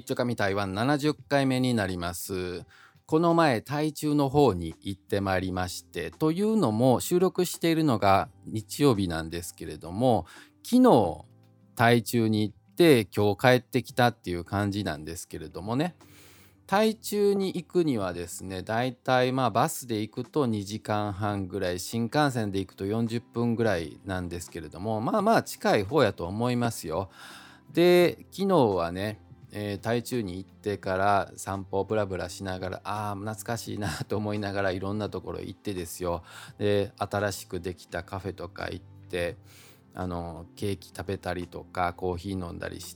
一丁紙台湾70回目になります。この前台中の方に行ってまいりまして、というのも収録しているのが日曜日なんですけれども、昨日台中に行って今日帰ってきたっていう感じなんですけれどもね。台中に行くにはですね、だいたいバスで行くと2時間半ぐらい、新幹線で行くと40分ぐらいなんですけれども、近い方やと思いますよ。で、昨日はね、台中に行ってから散歩をブラブラしながら、懐かしいなと思いながらいろんなところ行ってですよ。で、新しくできたカフェとか行って、ケーキ食べたりとかコーヒー飲んだりして、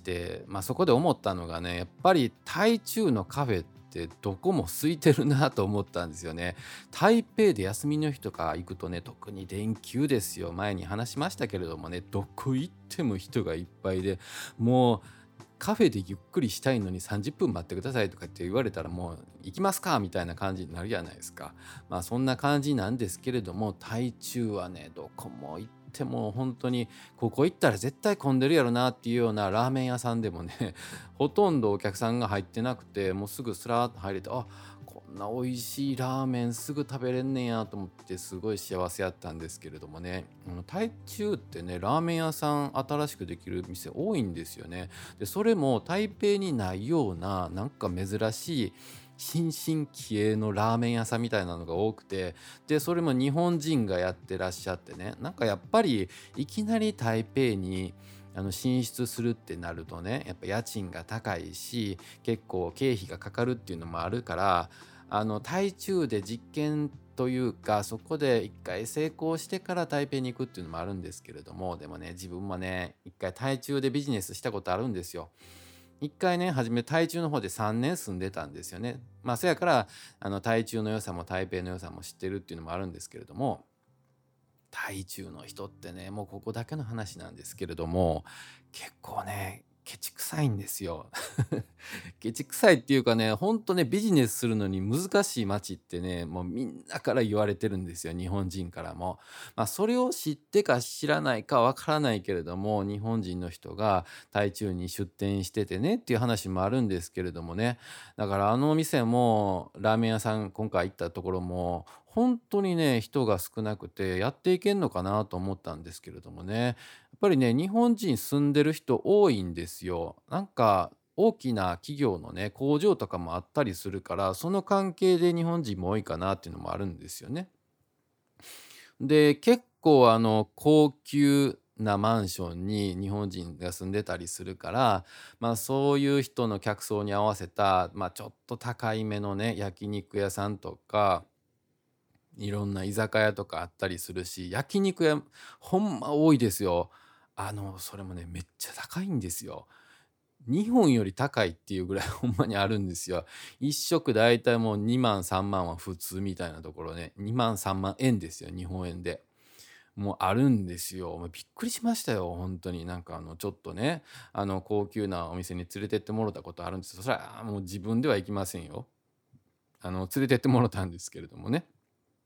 そこで思ったのがね、やっぱり台中のカフェってどこも空いてるなと思ったんですよね。台北で休みの日とか行くとね、特に連休ですよ。前に話しましたけれどもね、どこ行っても人がいっぱいで、もうカフェでゆっくりしたいのに30分待ってくださいとかって言われたら、もう行きますかみたいな感じになるじゃないですか。そんな感じなんですけれども、台中はね、どこも行っても本当にここ行ったら絶対混んでるやろなっていうようなラーメン屋さんでもね、ほとんどお客さんが入ってなくて、もうすぐスラーっと入れて、こんな美味しいラーメンすぐ食べれんねんやと思って、すごい幸せやったんですけれどもね。台中ってね、ラーメン屋さん新しくできる店多いんですよね。でそれも台北にないような、なんか珍しい新進気鋭のラーメン屋さんみたいなのが多くて、でそれも日本人がやってらっしゃってね、なんかやっぱりいきなり台北に進出するってなるとね、やっぱ家賃が高いし結構経費がかかるっていうのもあるから、台中で実験というか、そこで一回成功してから台北に行くっていうのもあるんですけれども、でもね、自分もね一回台中でビジネスしたことあるんですよ。一回ね、初め台中の方で3年住んでたんですよね。そやから台中の良さも台北の良さも知ってるっていうのもあるんですけれども、台中の人ってね、もうここだけの話なんですけれども、結構ねケチくさいんですよ。ケチくさいっていうかね、ほんとね、ビジネスするのに難しい街ってね、もうみんなから言われてるんですよ、日本人からも。それを知ってか知らないかわからないけれども、日本人の人が台中に出店しててねっていう話もあるんですけれどもね。だからあのお店もラーメン屋さん今回行ったところも、本当にね、人が少なくてやっていけんのかなと思ったんですけれどもね。やっぱりね、日本人住んでる人多いんですよ。なんか大きな企業のね、工場とかもあったりするから、その関係で日本人も多いかなっていうのもあるんですよね。で、結構高級なマンションに日本人が住んでたりするから、そういう人の客層に合わせた、ちょっと高いめのね、焼肉屋さんとか、いろんな居酒屋とかあったりするし、焼肉屋ほんま多いですよ。それもね、めっちゃ高いんですよ。日本より高いっていうぐらいほんまにあるんですよ。一食だいたいもう2万3万は普通みたいなところね、2万3万円ですよ、日本円で。もうあるんですよ。もうびっくりしましたよ、本当に。なんかちょっとね、高級なお店に連れてってもろたことあるんですよ。それはもう自分では行きませんよ。連れてってもろたんですけれどもね。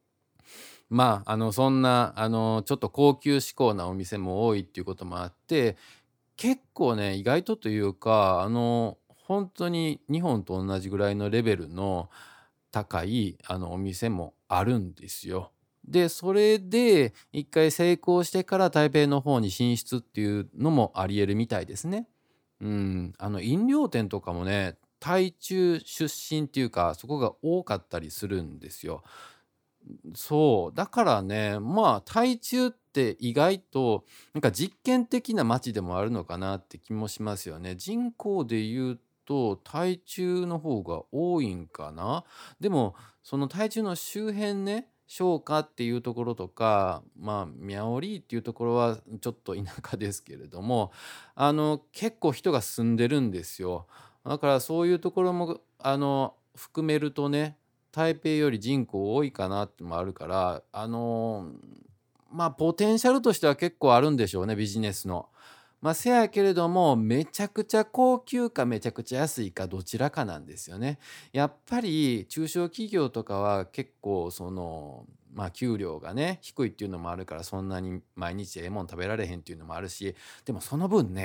そんなちょっと高級志向なお店も多いっていうこともあって、結構ね、意外とというか、本当に日本と同じぐらいのレベルの高いお店もあるんですよ。で、それで一回成功してから台北の方に進出っていうのもあり得るみたいですね。飲料店とかもね、台中出身っていうか、そこが多かったりするんですよ。そう、だからね、台中って意外となんか実験的な街でもあるのかなって気もしますよね。人口で言うと台中の方が多いんかな。でもその台中の周辺ね、商家っていうところとか、ミャオリーっていうところはちょっと田舎ですけれども、結構人が住んでるんですよ。だからそういうところも含めるとね、台北より人口多いかなってのもあるから、ポテンシャルとしては結構あるんでしょうね、ビジネスの。せやけれども、めちゃくちゃ高級かめちゃくちゃ安いかどちらかなんですよね。やっぱり中小企業とかは結構給料がね、低いっていうのもあるから、そんなに毎日ええもん食べられへんっていうのもあるし、でもその分ね、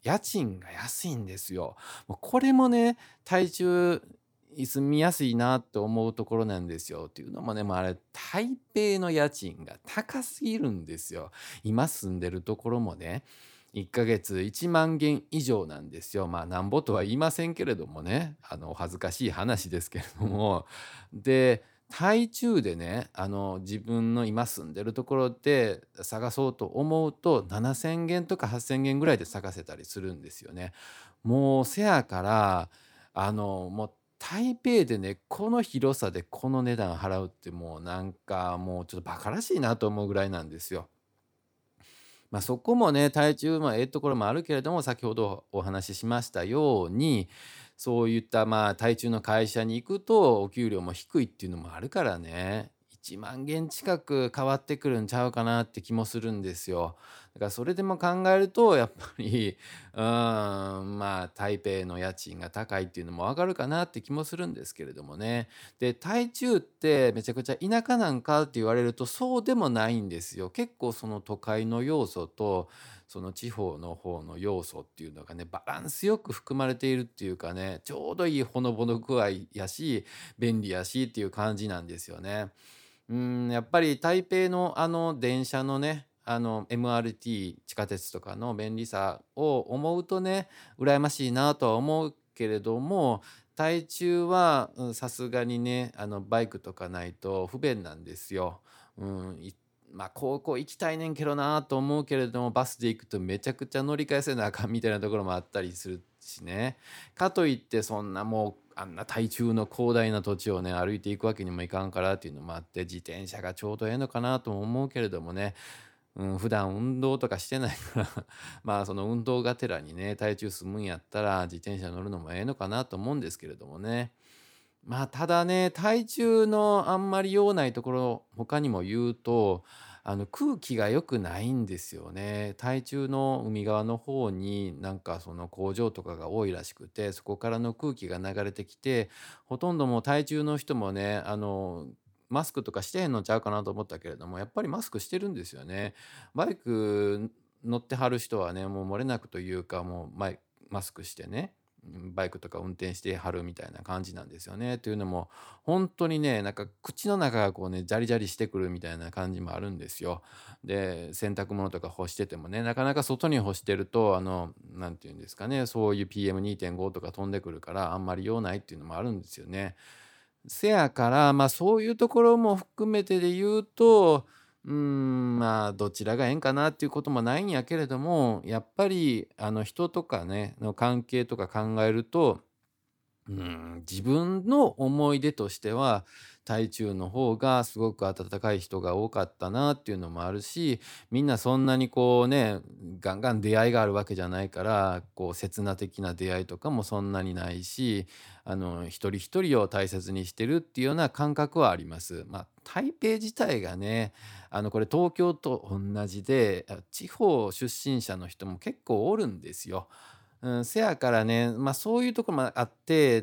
家賃が安いんですよ。もうこれもね、台中住みやすいなと思うところなんですよ。っていうのもね、もうあれ、台北の家賃が高すぎるんですよ。今住んでるところもね、1ヶ月1万元以上なんですよ。まあ、なんぼとは言いませんけれどもね、お恥ずかしい話ですけれども。で、台中でね、自分の今住んでるところで探そうと思うと、7000元とか8000元ぐらいで探せたりするんですよね。もうせやから、もう台北でね、この広さでこの値段払うってもうなんかもうちょっとバカらしいなと思うぐらいなんですよ。まあ、そこもね、台中もええところもあるけれども、先ほどお話ししましたように、そういったまあ台中の会社に行くとお給料も低いっていうのもあるからね、1万元近く変わってくるんちゃうかなって気もするんですよ。だからそれでも考えると、やっぱり、まあ台北の家賃が高いっていうのもわかるかなって気もするんですけれどもね。で、台中ってめちゃくちゃ田舎なんかって言われるとそうでもないんですよ。結構その都会の要素とその地方の方の要素っていうのがね、バランスよく含まれているっていうかね、ちょうどいいほのぼの具合やし、便利やしっていう感じなんですよね。やっぱり台北の電車のね、MRT 地下鉄とかの便利さを思うとね、羨ましいなとは思うけれども、台中はさすがにね、バイクとかないと不便なんですよ。うん、まあ高校行きたいねんけどなと思うけれども、バスで行くとめちゃくちゃ乗り換えせなあかんみたいなところもあったりするしね。かといってそんなもうあんな台中の広大な土地をね歩いていくわけにもいかんからっていうのもあって、自転車がちょうどええのかなとも思うけれどもね、普段運動とかしてないからまあその運動がてらにね台中住むんやったら自転車乗るのもええのかなと思うんですけれどもね。まあただね、台中のあんまり用ないところ他にも言うと、空気が良くないんですよね。台中の海側の方になんかその工場とかが多いらしくて、そこからの空気が流れてきて、ほとんどもう台中の人もね、マスクとかしてへんのちゃうかなと思ったけれども、やっぱりマスクしてるんですよね。バイク乗ってはる人はね、もう漏れなくというか、もうマスクしてね、バイクとか運転してはるみたいな感じなんですよね。というのも本当にね、なんか口の中がこうねジャリジャリしてくるみたいな感じもあるんですよ。で、洗濯物とか干しててもね、なかなか外に干してるとなんていうんですかね、そういう PM2.5 とか飛んでくるからあんまり用ないっていうのもあるんですよね。せやから、まあ、そういうところも含めてで言うと、まあ、どちらがええんかなっていうこともないんやけれども、やっぱり、人とかね、の関係とか考えると、自分の思い出としては台中の方がすごく温かい人が多かったなっていうのもあるし、みんなそんなにこうねガンガン出会いがあるわけじゃないから、こう刹那的な出会いとかもそんなにないし、一人一人を大切にしてるっていうような感覚はあります。まあ台北自体がね、これ東京と同じで、地方出身者の人も結構おるんですよ。せやからね、まあ、そういうところもあって、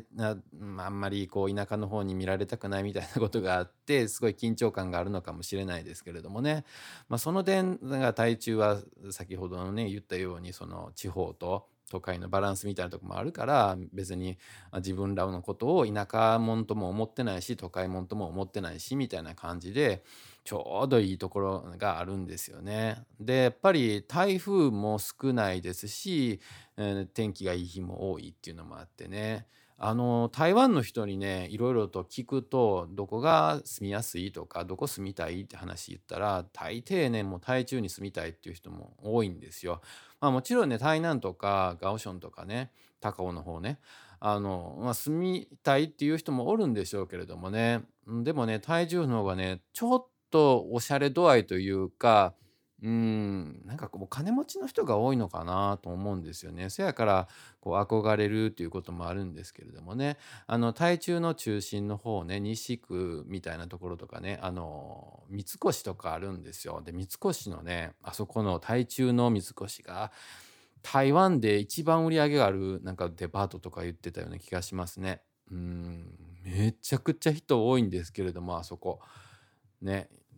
あんまりこう田舎の方に見られたくないみたいなことがあって、すごい緊張感があるのかもしれないですけれどもね。まあ、その点が台中は先ほどのね、言ったようにその地方と都会のバランスみたいなとこもあるから、別に自分らのことを田舎者とも思ってないし、都会者とも思ってないしみたいな感じで、ちょうどいいところがあるんですよね。で、やっぱり台風も少ないですし、天気がいい日も多いっていうのもあってね、台湾の人にねいろいろと聞くと、どこが住みやすいとかどこ住みたいって話言ったら、大抵ねもう台中に住みたいっていう人も多いんですよ。まあもちろんね、台南とかガオションとかね、高雄の方ね、まあ、住みたいっていう人もおるんでしょうけれどもね、でもね台中の方がねちょっとおしゃれ度合いというか、なんかこう金持ちの人が多いのかなと思うんですよね。せやからこう憧れるっていうこともあるんですけれどもね、台中の中心の方ね、西区みたいなところとかね、三越とかあるんですよ。で、三越のね、あそこの台中の三越が台湾で一番売り上げがあるなんかデパートとか言ってたような気がしますね。めちゃくちゃ人多いんですけれども、あそこね。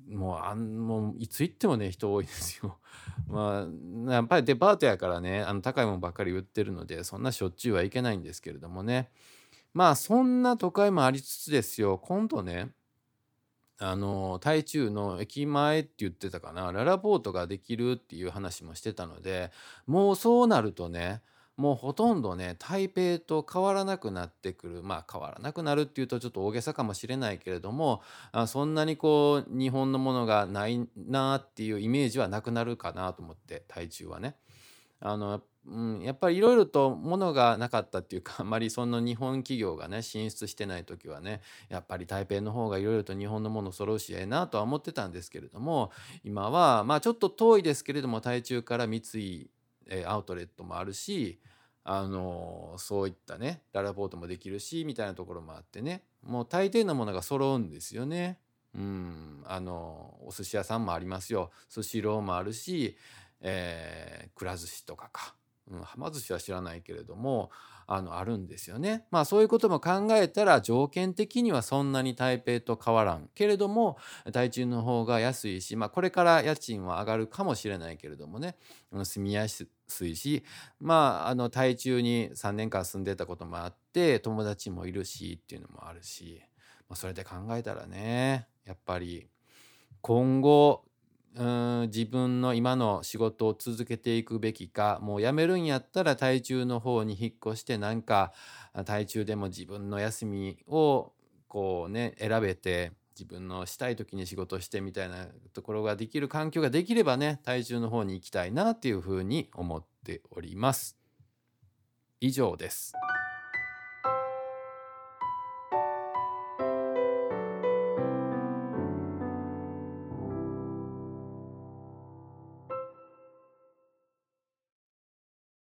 もういつ行ってもね人多いですよ。やっぱりデパートやからね高いものばっかり売ってるのでそんなしょっちゅうはいけないんですけれどもね。そんな都会もありつつですよ、今度ね台中の駅前って言ってたかな、ララポートができるっていう話もしてたので、もうそうなるとね、もうほとんどね、台北と変わらなくなってくる。変わらなくなるっていうとちょっと大げさかもしれないけれども、そんなにこう日本のものがないなっていうイメージはなくなるかなと思って、台中はね。やっぱりいろいろとものがなかったっていうか、あまりその日本企業がね進出してない時はね、やっぱり台北の方がいろいろと日本のもの揃うしええなとは思ってたんですけれども、今はちょっと遠いですけれども台中から三井、アウトレットもあるし、そういったねララポートもできるしみたいなところもあってね、もう大抵のものが揃うんですよね。お寿司屋さんもありますよ。スシローもあるし、くら寿司とかか、はま寿司は知らないけれどもあるんですよね。そういうことも考えたら条件的にはそんなに台北と変わらんけれども、台中の方が安いし、これから家賃は上がるかもしれないけれどもね、住みやすいし、台中に3年間住んでたこともあって友達もいるしっていうのもあるし、それで考えたらね、やっぱり今後自分の今の仕事を続けていくべきか、もう辞めるんやったら台中の方に引っ越して、なんか台中でも自分の休みをこうね選べて自分のしたい時に仕事してみたいなところができる環境ができればね、台中の方に行きたいなっていうふうに思っております。以上です。